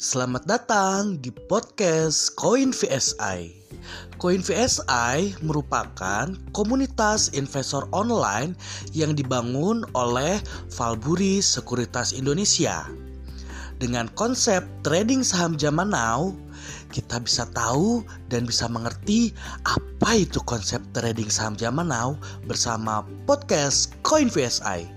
Selamat datang di podcast Koin VSI. Koin VSI merupakan komunitas investor online yang dibangun oleh Valburi Sekuritas Indonesia. Dengan konsep trading saham zaman now, kita bisa tahu dan bisa mengerti apa itu konsep trading saham zaman now bersama podcast Koin VSI.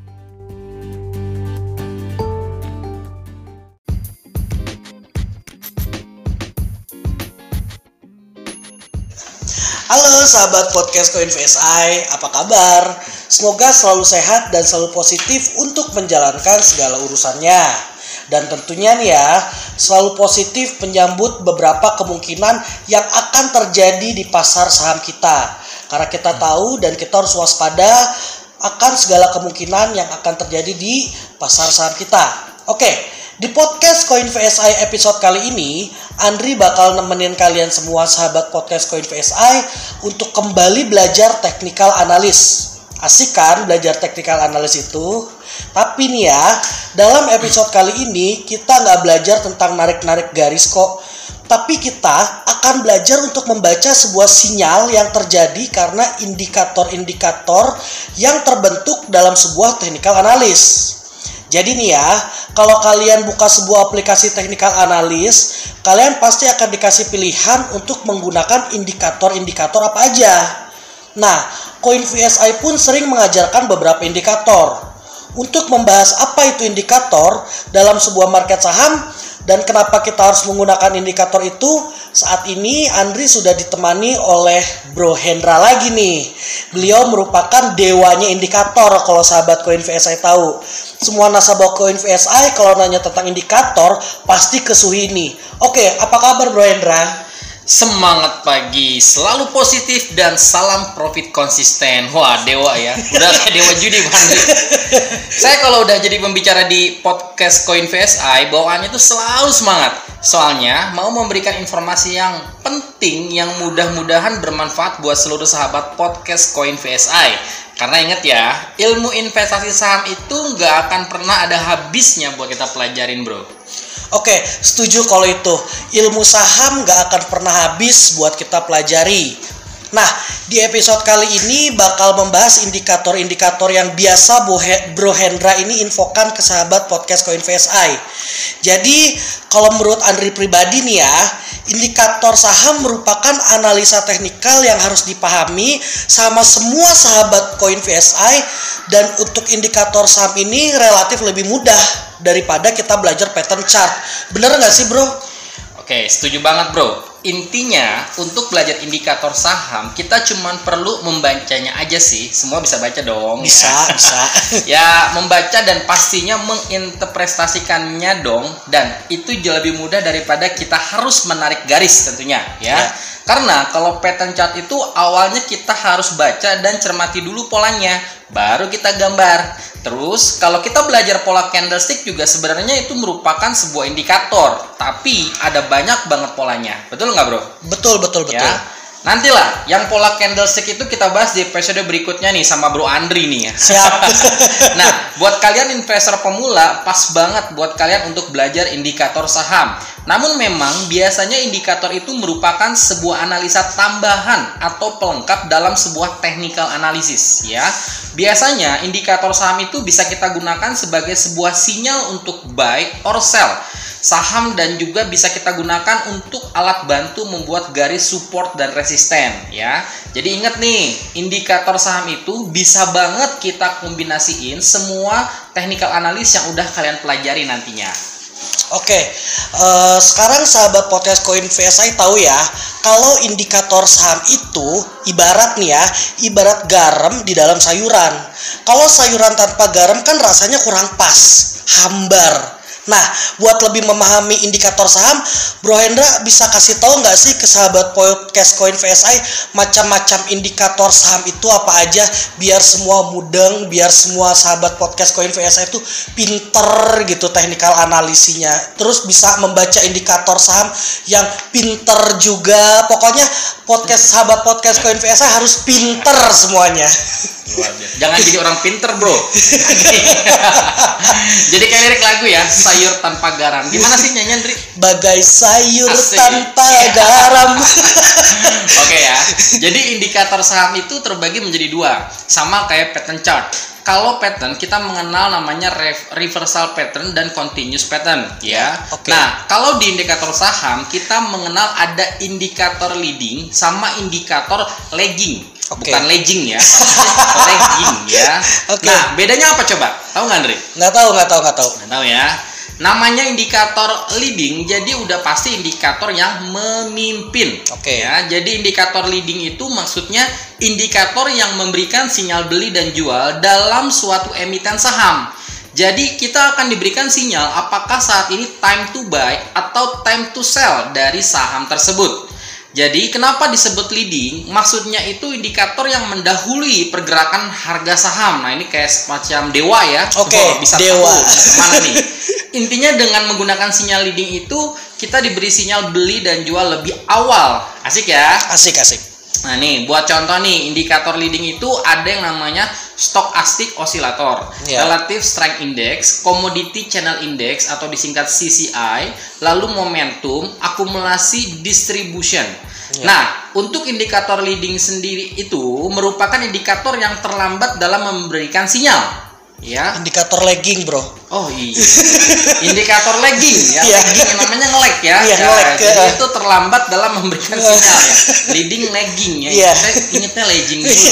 Halo sahabat podcast Koin VSI, apa kabar? Semoga selalu sehat dan selalu positif untuk menjalankan segala urusannya. Dan tentunya nih ya, selalu positif menyambut beberapa kemungkinan yang akan terjadi di pasar saham kita. Karena kita tahu dan kita harus waspada akan segala kemungkinan yang akan terjadi di pasar saham kita. Oke. Di podcast Koin VSI episode kali ini, Andri bakal nemenin kalian semua sahabat podcast Koin VSI untuk kembali belajar technical analysis. Asik kan belajar technical analysis itu? Tapi nih ya, dalam episode kali ini kita nggak belajar tentang narik-narik garis kok. Tapi kita akan belajar untuk membaca sebuah sinyal yang terjadi karena indikator-indikator yang terbentuk dalam sebuah technical analysis. Jadi nih ya, kalau kalian buka sebuah aplikasi technical analysis, kalian pasti akan dikasih pilihan untuk menggunakan indikator-indikator apa aja. Nah, Koin VSI pun sering mengajarkan beberapa indikator. Untuk membahas apa itu indikator dalam sebuah market saham dan kenapa kita harus menggunakan indikator itu, saat ini Andri sudah ditemani oleh Bro Hendra lagi nih. Beliau merupakan dewanya indikator kalau sahabat Koin VSI tahu. Semua nasabah Koin VSI kalau nanya tentang indikator pasti ke Suhini. Oke, apa kabar Bro Hendra? Semangat pagi, selalu positif dan salam profit konsisten. Wah, dewa ya. Udah kayak dewa judi Bang. Saya kalau udah jadi pembicara di podcast Koin VSI, bawaannya tuh selalu semangat. Soalnya mau memberikan informasi yang penting yang mudah-mudahan bermanfaat buat seluruh sahabat podcast Koin VSI. Karena ingat ya, ilmu investasi saham itu nggak akan pernah ada habisnya buat kita pelajarin, bro. Oke, setuju kalau itu. Ilmu saham gak akan pernah habis buat kita pelajari. Nah, di episode kali ini bakal membahas indikator-indikator yang biasa Bro Hendra ini infokan ke sahabat podcast Koin VSI. Jadi, kalau menurut Andri pribadi nih ya, indikator saham merupakan analisa teknikal yang harus dipahami sama semua sahabat Koin VSI. Dan untuk indikator saham ini relatif lebih mudah daripada kita belajar pattern chart. Bener gak sih bro? Oke, setuju banget bro. Intinya untuk belajar indikator saham kita cuman perlu membacanya aja sih. Semua bisa baca dong. Bisa. Ya, membaca dan pastinya menginterpretasikannya dong. Dan itu jauh lebih mudah daripada kita harus menarik garis tentunya ya. Karena kalau pattern chart itu awalnya kita harus baca dan cermati dulu polanya, baru kita gambar. Terus kalau kita belajar pola candlestick juga sebenarnya itu merupakan sebuah indikator, tapi ada banyak banget polanya. Betul nggak bro? Betul. Ya. Nantilah yang pola candlestick itu kita bahas di episode berikutnya nih sama Bro Andri nih ya. Siap. Nah, buat kalian investor pemula pas banget buat kalian untuk belajar indikator saham. Namun memang biasanya indikator itu merupakan sebuah analisa tambahan atau pelengkap dalam sebuah technical analysis ya. Biasanya indikator saham itu bisa kita gunakan sebagai sebuah sinyal untuk buy or sell saham dan juga bisa kita gunakan untuk alat bantu membuat garis support dan resisten ya. Jadi ingat nih, indikator saham itu bisa banget kita kombinasiin semua technical analysis yang udah kalian pelajari nantinya. Oke, sekarang sahabat podcast Koin VSI tahu ya, kalau indikator saham itu ibarat nih ya, ibarat garam di dalam sayuran. Kalau sayuran tanpa garam kan rasanya kurang pas, hambar. Nah, buat lebih memahami indikator saham, Bro Hendra bisa kasih tahu nggak sih ke sahabat podcast Koin VSI macam-macam indikator saham itu apa aja, biar semua mudeng, biar semua sahabat podcast Koin VSI itu pinter gitu technical analisinya, terus bisa membaca indikator saham yang pinter juga. Pokoknya sahabat podcast Koin VSI harus pinter semuanya. Jangan jadi orang pinter, bro. Jadi kayak lirik lagu ya, sayur tanpa garam. Gimana sih nyanyian, Dri? Bagai sayur Asik. tanpa garam. Oke ya. Jadi indikator saham itu terbagi menjadi dua, sama kayak pattern chart. Kalau pattern kita mengenal namanya reversal pattern dan continuous pattern ya. Oke. Nah, kalau di indikator saham kita mengenal ada indikator leading sama indikator lagging. Oke. Bukan legging ya. Lagging ya. Oke. Nah, bedanya apa coba? Tahu nggak, Andre? Nggak tahu. Nggak tahu ya. Namanya indikator leading, jadi udah pasti indikator yang memimpin. Oke. Ya, jadi indikator leading itu maksudnya indikator yang memberikan sinyal beli dan jual dalam suatu emiten saham. Jadi kita akan diberikan sinyal apakah saat ini time to buy atau time to sell dari saham tersebut. Jadi kenapa disebut leading? Maksudnya itu indikator yang mendahului pergerakan harga saham. Nah, ini kayak semacam dewa ya. Oke, Bisa dewa. tahu mana nih? Intinya dengan menggunakan sinyal leading itu kita diberi sinyal beli dan jual lebih awal. Asik ya? Asik. Nah nih, buat contoh nih, indikator leading itu ada yang namanya Stochastic Oscillator, Ya. Relative Strength Index, Commodity Channel Index atau disingkat CCI, lalu momentum, akumulasi, distribution. Ya. Nah, untuk indikator leading sendiri itu merupakan indikator yang terlambat dalam memberikan sinyal. Ya. Indikator lagging, bro. Oh iya. Indikator lagging ya. Iya. Lagging yang namanya nge-lag ya. Iya, nge-lag. Jadi itu terlambat dalam memberikan sinyal ya. Leading lagging ya. Iya. Saya ingetnya lagging dulu.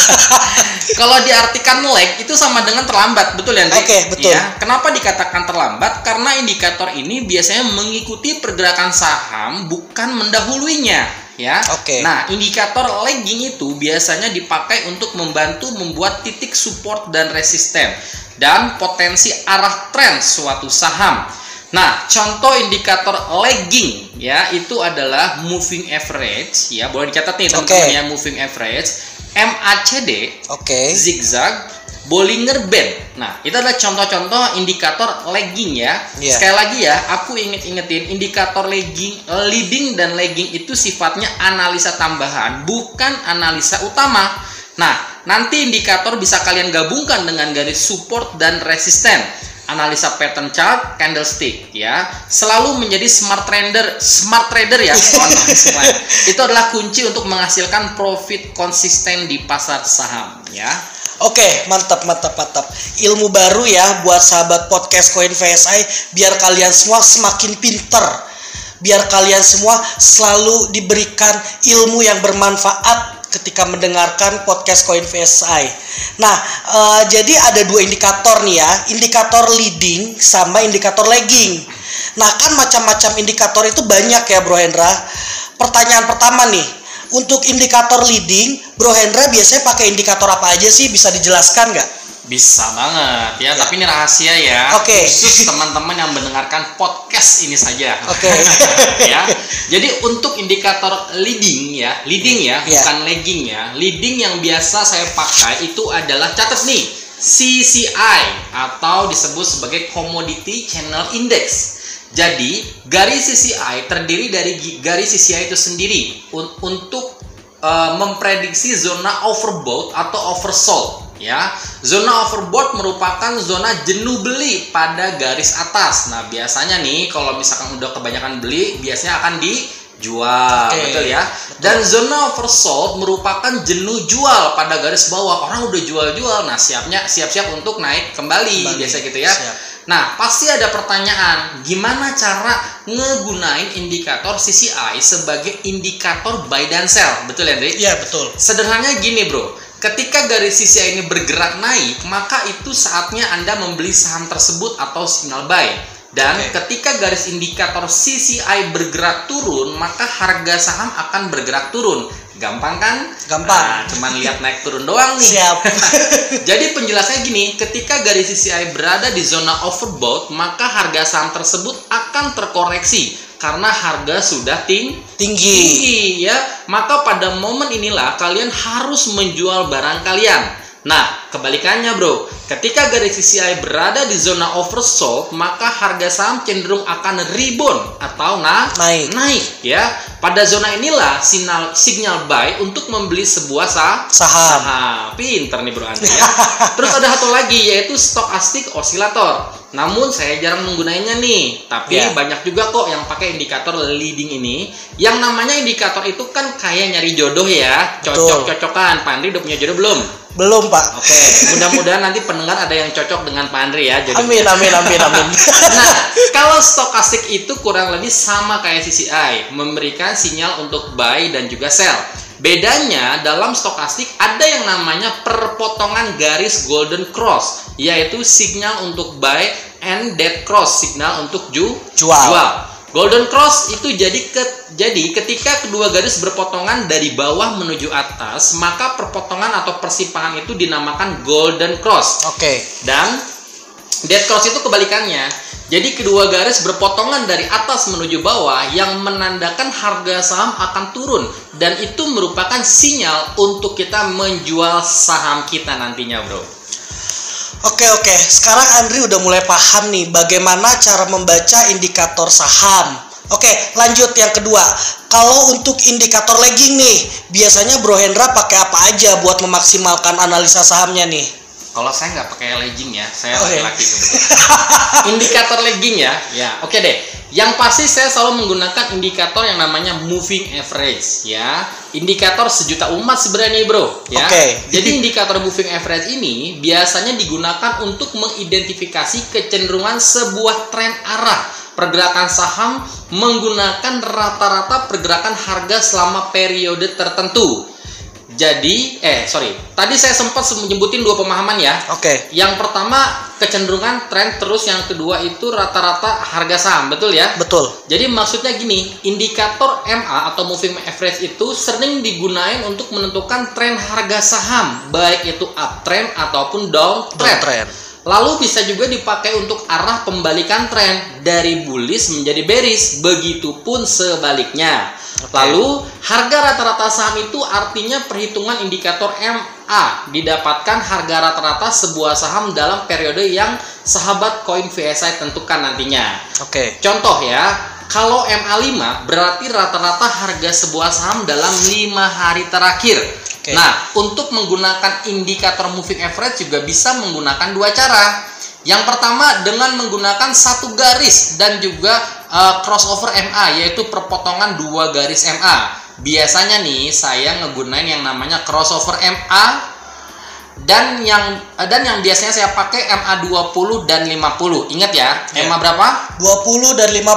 Kalau diartikan lag itu sama dengan terlambat, betul ya, Andre? Oke, betul. Ya. Kenapa dikatakan terlambat? Karena indikator ini biasanya mengikuti pergerakan saham bukan mendahuluinya. Ya. Oke. Nah, indikator lagging itu biasanya dipakai untuk membantu membuat titik support dan resisten dan potensi arah tren suatu saham. Nah, contoh indikator lagging ya itu adalah moving average ya, boleh dicatat nih teman-teman ya, moving average, MACD, zigzag, Bollinger Band. Nah, itu adalah contoh-contoh indikator lagging ya. Yeah. Sekali lagi ya, aku ingetin indikator lagging, leading dan lagging itu sifatnya analisa tambahan, bukan analisa utama. Nah, nanti indikator bisa kalian gabungkan dengan garis support dan resisten. Analisa pattern chart, candlestick ya. Selalu menjadi smart trader ya. Itu adalah kunci untuk menghasilkan profit konsisten di pasar saham ya. Oke, mantap. Ilmu baru ya buat sahabat podcast Koin VSI, biar kalian semua semakin pinter. Biar kalian semua selalu diberikan ilmu yang bermanfaat ketika mendengarkan podcast Koin VSI. Nah, jadi ada dua indikator nih ya, indikator leading sama indikator lagging. Nah, kan macam-macam indikator itu banyak ya, Bro Hendra. Pertanyaan pertama nih, untuk indikator leading, Bro Hendra biasanya pakai indikator apa aja sih? Bisa dijelaskan nggak? Bisa banget ya, tapi ini rahasia ya. Oke. Khusus teman-teman yang mendengarkan podcast ini saja. Oke. Ya. Jadi untuk indikator leading ya, bukan lagging ya. Leading yang biasa saya pakai itu adalah, catat nih, CCI atau disebut sebagai Commodity Channel Index. Jadi garis CCI terdiri dari garis CCI itu sendiri untuk memprediksi zona overbought atau oversold. Ya, zona overbought merupakan zona jenuh beli pada garis atas. Nah, biasanya nih kalau misalkan udah kebanyakan beli, biasanya akan dijual, betul ya. Dan zona oversold merupakan jenuh jual pada garis bawah. Orang udah jual-jual, nah siap-siap untuk naik kembali. Biasa gitu ya. Siap. Nah, pasti ada pertanyaan, gimana cara ngegunain indikator CCI sebagai indikator buy dan sell? Betul ya, Andre? Iya, betul. Sederhananya gini, Bro. Ketika garis CCI ini bergerak naik, maka itu saatnya Anda membeli saham tersebut atau signal buy. Dan ketika garis indikator CCI bergerak turun, maka harga saham akan bergerak turun. Gampang kan? Gampang. Nah, cuman lihat naik turun doang nih. Siap. Jadi penjelasannya gini, ketika garis CCI berada di zona overbought, maka harga saham tersebut akan terkoreksi karena harga sudah tinggi ya. Maka pada momen inilah kalian harus menjual barang kalian. Nah, kebalikannya, Bro. Ketika garis CCI berada di zona oversold, maka harga saham cenderung akan rebound atau naik ya. pada zona inilah sinyal buy untuk membeli sebuah saham. Pinter nih Bro Andri ya. Terus ada satu lagi yaitu stochastic oscillator. Namun saya jarang menggunainya nih, tapi banyak juga kok yang pakai indikator leading ini. Yang namanya indikator itu kan kayak nyari jodoh ya, cocok-cocokan. Pak Andri udah punya jodoh belum? Belum, Pak. Oke, mudah-mudahan nanti pendengar ada yang cocok dengan Pak Andri ya Amin. jodohnya. Nah, kalau stokastik itu kurang lebih sama kayak CCI, memberikan sinyal untuk buy dan juga sell. Bedanya dalam stokastik ada yang namanya perpotongan garis golden cross, yaitu sinyal untuk buy and dead cross, sinyal untuk jual. Golden cross itu jadi ketika kedua garis berpotongan dari bawah menuju atas, maka perpotongan atau persimpangan itu dinamakan golden cross. Oke. Dan dead cross itu kebalikannya. Jadi kedua garis berpotongan dari atas menuju bawah yang menandakan harga saham akan turun, dan itu merupakan sinyal untuk kita menjual saham kita nantinya, Bro. Oke. Sekarang Andri udah mulai paham nih bagaimana cara membaca indikator saham. Oke, lanjut yang kedua. Kalau untuk indikator lagging nih, biasanya Bro Hendra pakai apa aja buat memaksimalkan analisa sahamnya nih? Kalau saya nggak pakai lagging ya, saya laki-laki kebetulan. Indikator lagging ya, oke deh. Yang pasti saya selalu menggunakan indikator yang namanya moving average ya. Indikator sejuta umat sebenarnya Bro ya. Jadi indikator moving average ini biasanya digunakan untuk mengidentifikasi kecenderungan sebuah tren arah pergerakan saham menggunakan rata-rata pergerakan harga selama periode tertentu. Jadi, tadi saya sempat menyebutin dua pemahaman ya. Yang pertama kecenderungan tren, terus yang kedua itu rata-rata harga saham, betul ya? Betul. Jadi maksudnya gini, indikator MA atau moving average itu sering digunakan untuk menentukan tren harga saham, baik itu uptrend ataupun downtrend. Lalu bisa juga dipakai untuk arah pembalikan tren dari bullish menjadi bearish, begitupun sebaliknya. Lalu harga rata-rata saham itu artinya perhitungan indikator MA, didapatkan harga rata-rata sebuah saham dalam periode yang sahabat koin VSI tentukan nantinya. Contoh ya, kalau MA 5 berarti rata-rata harga sebuah saham dalam 5 hari terakhir. Nah, untuk menggunakan indikator moving average juga bisa menggunakan dua cara. Yang pertama dengan menggunakan satu garis dan juga crossover MA, yaitu perpotongan dua garis MA. Biasanya nih saya ngegunain yang namanya crossover MA dan yang biasanya saya pakai MA 20 dan 50. Ingat ya, MA berapa? 20 dan 50.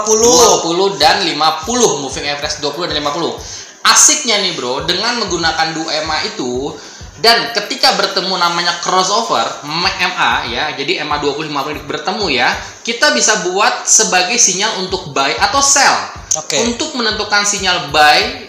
20 dan 50, moving average 20 dan 50. Asiknya nih Bro, dengan menggunakan dua MA itu, dan ketika bertemu namanya crossover MA ya, jadi MA 20-50 bertemu ya, kita bisa buat sebagai sinyal untuk buy atau sell. Untuk menentukan sinyal buy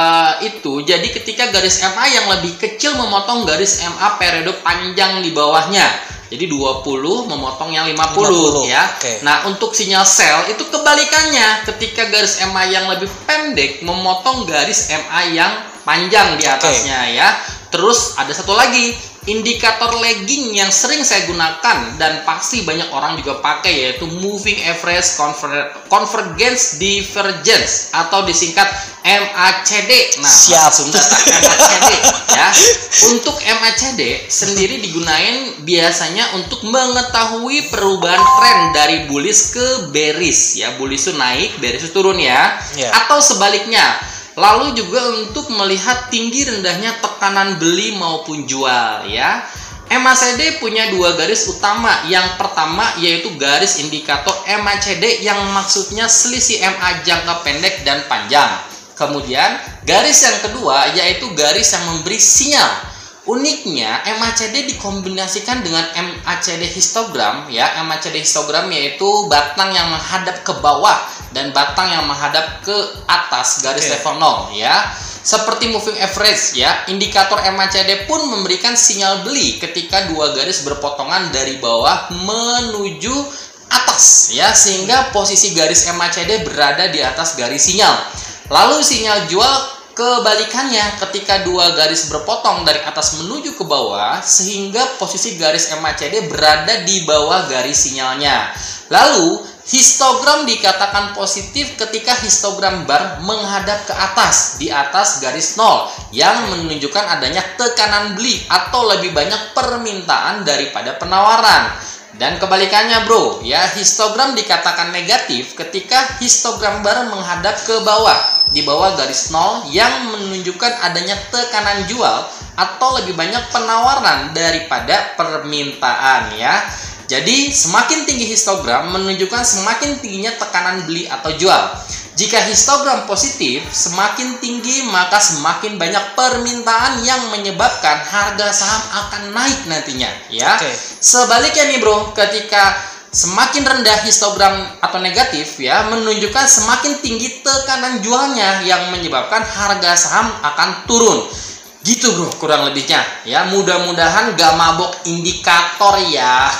itu, jadi ketika garis MA yang lebih kecil memotong garis MA periode panjang di bawahnya. Jadi 20 memotong yang 50 ya. Nah, untuk sinyal sell itu kebalikannya, ketika garis MA yang lebih pendek memotong garis MA yang panjang di atasnya ya. Terus ada satu lagi, indikator lagging yang sering saya gunakan dan pasti banyak orang juga pakai, yaitu moving average convergence divergence atau disingkat MACD. Nah, Sunda MACD ya. Untuk MACD sendiri digunain biasanya untuk mengetahui perubahan tren dari bullish ke bearish ya. Bullish itu naik, bearish itu turun ya. Atau sebaliknya. Lalu juga untuk melihat tinggi rendahnya tekanan beli maupun jual ya. MACD punya dua garis utama. Yang pertama yaitu garis indikator MACD yang maksudnya selisih MA jangka pendek dan panjang. Kemudian garis yang kedua yaitu garis yang memberi sinyal. Uniknya MACD dikombinasikan dengan MACD histogram ya. MACD histogram yaitu batang yang menghadap ke bawah dan batang yang menghadap ke atas garis level 0 ya. Seperti moving average ya, indikator MACD pun memberikan sinyal beli ketika dua garis berpotongan dari bawah menuju atas ya, sehingga posisi garis MACD berada di atas garis sinyal. Lalu sinyal jual kebalikannya, ketika dua garis berpotong dari atas menuju ke bawah, sehingga posisi garis MACD berada di bawah garis sinyalnya. Lalu Histogram dikatakan positif ketika histogram bar menghadap ke atas, di atas garis 0, yang menunjukkan adanya tekanan beli atau lebih banyak permintaan daripada penawaran. Dan kebalikannya bro, ya, histogram dikatakan negatif ketika histogram bar menghadap ke bawah, di bawah garis 0, yang menunjukkan adanya tekanan jual atau lebih banyak penawaran daripada permintaan, ya. Jadi semakin tinggi histogram menunjukkan semakin tingginya tekanan beli atau jual. Jika histogram positif semakin tinggi, maka semakin banyak permintaan yang menyebabkan harga saham akan naik nantinya, ya. Sebaliknya nih bro, ketika semakin rendah histogram atau negatif, ya, menunjukkan semakin tinggi tekanan jualnya yang menyebabkan harga saham akan turun. Gitu bro, kurang lebihnya, ya. Mudah-mudahan gak mabok indikator ya.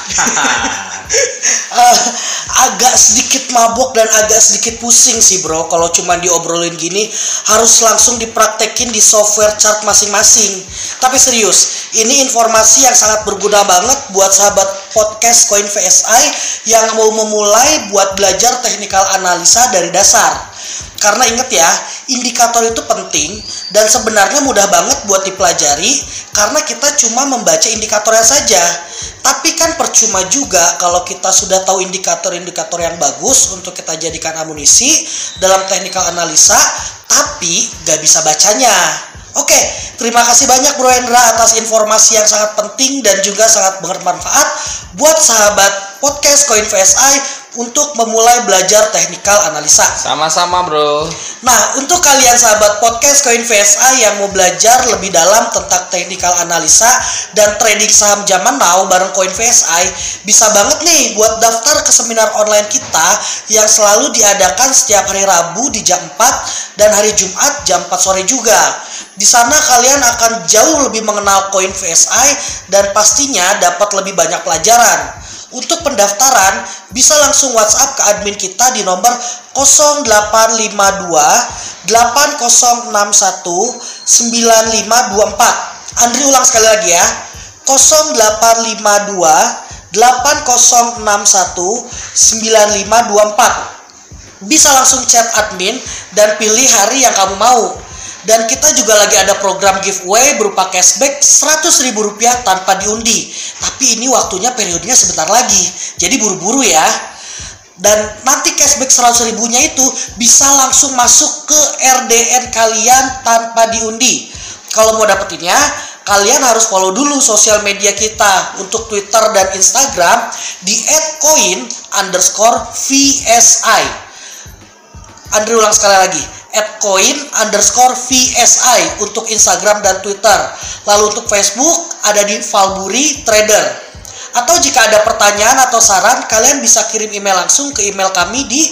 Agak sedikit mabok dan agak sedikit pusing sih bro, kalau cuma diobrolin gini. Harus langsung dipraktekin di software chart masing-masing. Tapi serius, ini informasi yang sangat berguna banget buat sahabat podcast Koin VSI yang mau memulai buat belajar teknikal analisa dari dasar. Karena inget ya, indikator itu penting dan sebenarnya mudah banget buat dipelajari karena kita cuma membaca indikatornya saja. Tapi kan percuma juga kalau kita sudah tahu indikator-indikator yang bagus untuk kita jadikan amunisi dalam teknikal analisa, tapi gak bisa bacanya. Oke, terima kasih banyak Bro Hendra atas informasi yang sangat penting dan juga sangat bermanfaat buat sahabat podcast Koin VSI untuk memulai belajar teknikal analisa. Sama-sama bro. Nah, untuk kalian sahabat podcast Koin VSI yang mau belajar lebih dalam tentang teknikal analisa dan trading saham zaman now bareng Koin VSI, bisa banget nih buat daftar ke seminar online kita yang selalu diadakan setiap hari Rabu di jam 4 dan hari Jumat jam 4 sore juga. Di sana kalian akan jauh lebih mengenal Koin VSI dan pastinya dapat lebih banyak pelajaran. Untuk pendaftaran bisa langsung WhatsApp ke admin kita di nomor 0852 8061 9524. Andri ulang sekali lagi ya. 0852 8061 9524. Bisa langsung chat admin dan pilih hari yang kamu mau. Dan kita juga lagi ada program giveaway berupa cashback Rp100.000 tanpa diundi. Tapi ini waktunya periodenya sebentar lagi, jadi buru-buru ya. Dan nanti cashback 100.000-nya itu bisa langsung masuk ke RDN kalian tanpa diundi. Kalau mau dapetinnya, kalian harus follow dulu sosial media kita untuk Twitter dan Instagram di @koin_VSI. Andri ulang sekali lagi, @koin_VSI untuk Instagram dan Twitter. Lalu untuk Facebook ada di Valburi Trader. Atau jika ada pertanyaan atau saran, kalian bisa kirim email langsung ke email kami di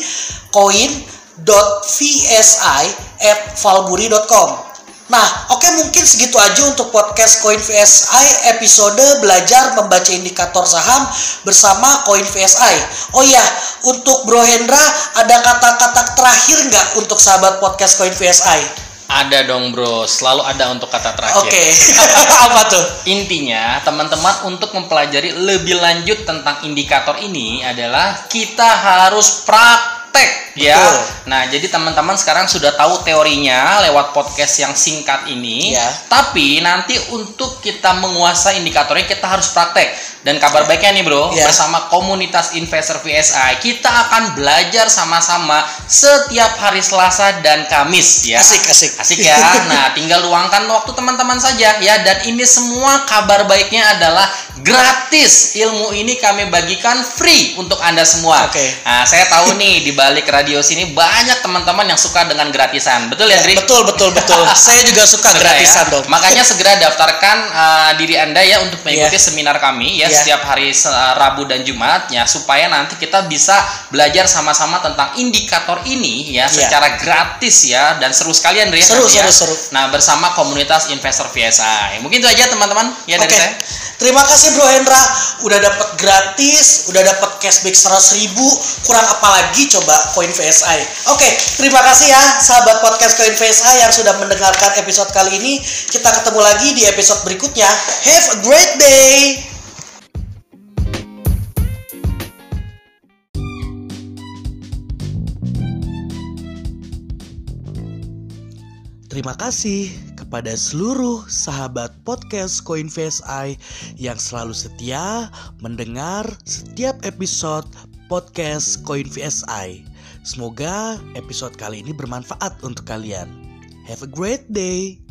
koin.vsi@valburi.com. Nah, oke, mungkin segitu aja untuk podcast Koin VSI episode belajar membaca indikator saham bersama Koin VSI. Oh iya, untuk Bro Hendra ada kata-kata terakhir nggak untuk sahabat podcast Koin VSI? Ada dong bro, selalu ada untuk kata terakhir. Oke. Apa tuh? Intinya teman-teman untuk mempelajari lebih lanjut tentang indikator ini adalah kita harus praktek ya. Nah, jadi teman-teman sekarang sudah tahu teorinya lewat podcast yang singkat ini. Ya. Tapi nanti untuk kita menguasai indikatornya kita harus praktek. Dan kabar baiknya nih bro, bersama komunitas investor VSI kita akan belajar sama-sama setiap hari Selasa dan Kamis ya. Asik ya. Nah, tinggal luangkan waktu teman-teman saja ya. Dan ini semua kabar baiknya adalah gratis. Ilmu ini kami bagikan free untuk Anda semua. Nah, saya tahu nih di balik radio sini banyak teman-teman yang suka dengan gratisan. Betul ya, Dri? Betul. Saya juga suka gratisan dong. Makanya segera daftarkan diri Anda ya untuk mengikuti seminar kami ya setiap hari Rabu dan Jumat ya, supaya nanti kita bisa belajar sama-sama tentang indikator ini ya secara gratis ya, dan seru sekali Andre ya. Seru. Nah, bersama komunitas investor VSI. Mungkin itu aja teman-teman ya dari saya. Terima kasih Bro Hendra, udah dapat gratis, udah dapat cashback 100.000, kurang apa lagi coba Koin VSI. Oke, terima kasih ya sahabat podcast Koin VSI yang sudah mendengarkan episode kali ini. Kita ketemu lagi di episode berikutnya. Have a great day. Terima kasih kepada seluruh sahabat podcast CoinVSI yang selalu setia mendengar setiap episode podcast CoinVSI. Semoga episode kali ini bermanfaat untuk kalian. Have a great day.